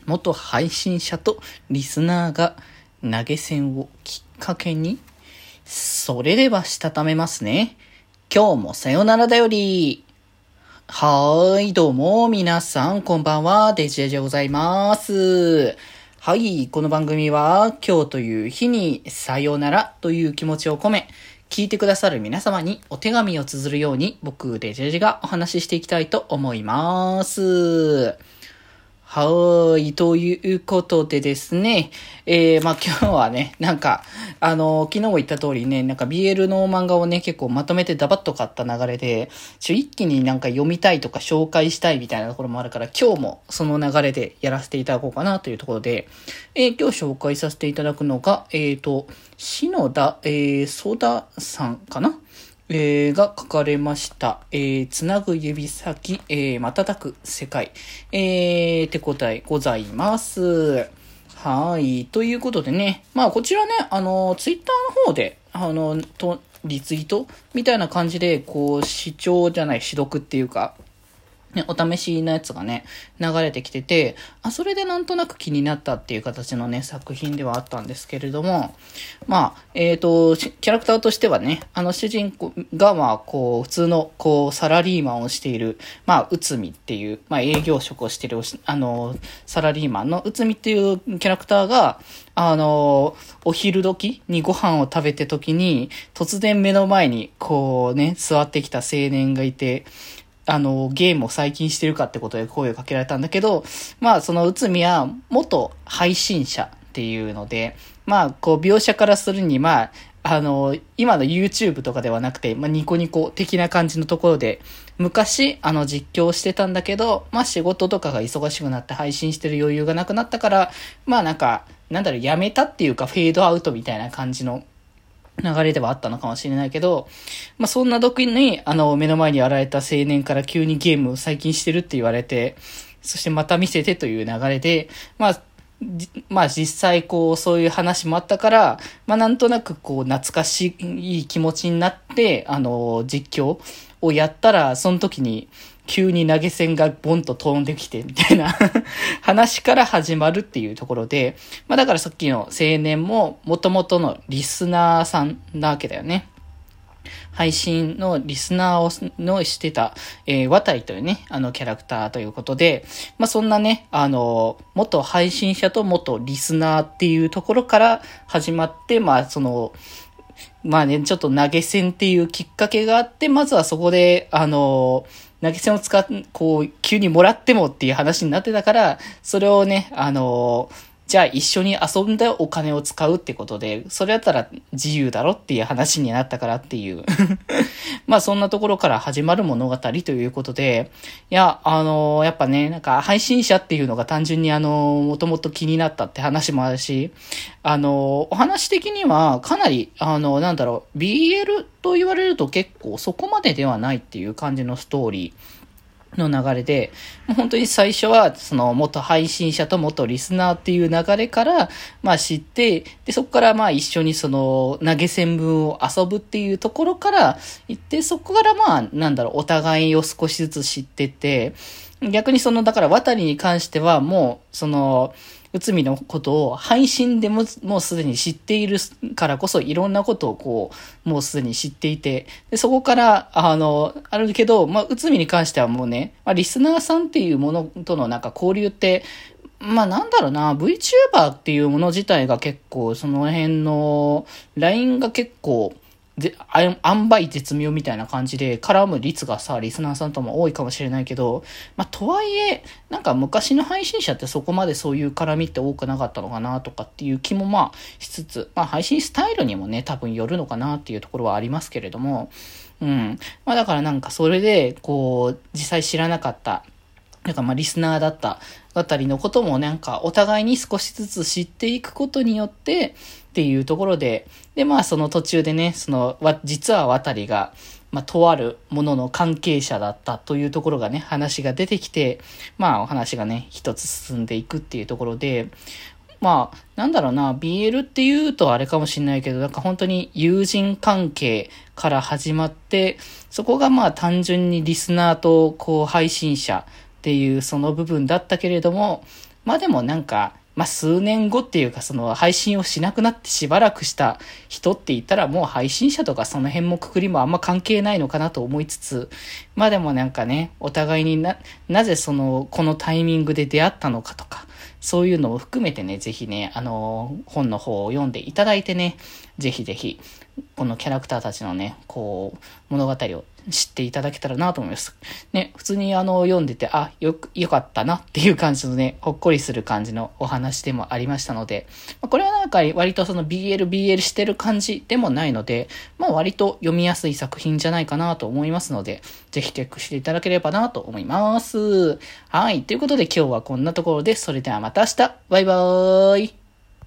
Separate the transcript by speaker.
Speaker 1: 元配信者とリスナーが投げ銭をきっかけに、それではしたためますね。今日もさよならだより。はーい、どうも皆さんこんばんは、デジェジでございます。はい、この番組は今日という日にさよならという気持ちを込め、聞いてくださる皆様にお手紙を綴るように僕デジェジがお話ししていきたいと思います。はーい。ということでですね。今日はね、昨日も言った通りね、BL の漫画をね、結構まとめてダバッと買った流れで、一気に読みたいとか紹介したいみたいなところもあるから、今日もその流れでやらせていただこうかなというところで、今日紹介させていただくのが、篠田、ソダさんかなが書かれました。つなぐ指先、瞬く世界、って答えございます。はい。ということでね。こちらね、ツイッターの方で、リツイートみたいな感じで、視読っていうか、ね、お試しのやつがね、流れてきてて、それでなんとなく気になったっていう形のね、作品ではあったんですけれども、キャラクターとしてはね、主人公が、普通の、サラリーマンをしている、内海っていう、営業職をしている、サラリーマンの内海っていうキャラクターが、お昼時にご飯を食べて時に、突然目の前に、座ってきた青年がいて、ゲームを最近してるかってことで声をかけられたんだけど、その内海は元配信者っていうので、描写からするに、今の YouTube とかではなくて、ニコニコ的な感じのところで、昔、実況してたんだけど、仕事とかが忙しくなって配信してる余裕がなくなったから、やめたっていうか、フェードアウトみたいな感じの、流れではあったのかもしれないけど、そんな時に、目の前に現れた青年から急にゲームを最近してるって言われて、そしてまた見せてという流れで、実際そういう話もあったから、なんとなく懐かしい気持ちになって、実況をやったら、その時に、急に投げ銭がボンと飛んできてみたいな話から始まるっていうところで、だからさっきの青年も元々のリスナーさんなわけだよね。配信のリスナーのしてた、渡りというね、キャラクターということで、そんなね、元配信者と元リスナーっていうところから始まって、ちょっと投げ銭っていうきっかけがあって、まずはそこで、投げ銭を急にもらってもっていう話になってたから、それをね、じゃあ一緒に遊んでお金を使うってことで、それだったら自由だろっていう話になったからっていう。そんなところから始まる物語ということで、やっぱね、配信者っていうのが単純にもともと気になったって話もあるし、お話的にはかなり、BL と言われると結構そこまでではないっていう感じのストーリー。の流れで、本当に最初は、元配信者と元リスナーっていう流れから、知って、で、そこから一緒に投げ銭分を遊ぶっていうところから行って、そこからお互いを少しずつ知ってって、逆にだから渡りに関してはもう、内海のことを配信でもうすでに知っているからこそいろんなことをもうすでに知っていて、で、そこから、あるけど、内海に関してはもうね、リスナーさんっていうものとの交流って、VTuber っていうもの自体が結構、その辺の、ラインが結構、塩梅絶妙みたいな感じで絡む率がリスナーさんとも多いかもしれないけど、とはいえ、昔の配信者ってそこまでそういう絡みって多くなかったのかなとかっていう気もしつつ、配信スタイルにもね、多分よるのかなっていうところはありますけれども、だからそれで、実際知らなかった、リスナーだったあたりのこともお互いに少しずつ知っていくことによってっていうところで、で、その途中でね、実は渡りが、とあるものの関係者だったというところがね、話が出てきて、お話がね、一つ進んでいくっていうところで、BL っていうとあれかもしれないけど、本当に友人関係から始まって、そこが単純にリスナーと配信者っていうその部分だったけれども、 まあでもなんか、数年後っていうかその配信をしなくなってしばらくした人って言ったらもう配信者とかその辺もくくりもあんま関係ないのかなと思いつつ、まあでもなんかね、お互いになぜこのタイミングで出会ったのかとか、そういうのを含めてね、ぜひね、本の方を読んでいただいてね、ぜひぜひ、このキャラクターたちのね、物語を知っていただけたらなと思います。ね、普通に読んでて、よかったなっていう感じのね、ほっこりする感じのお話でもありましたので、これはなんか割とその BL してる感じでもないので、割と読みやすい作品じゃないかなと思いますので、ぜひチェックしていただければなと思います。はい。ということで今日はこんなところです。それではまた明日。バイバーイ。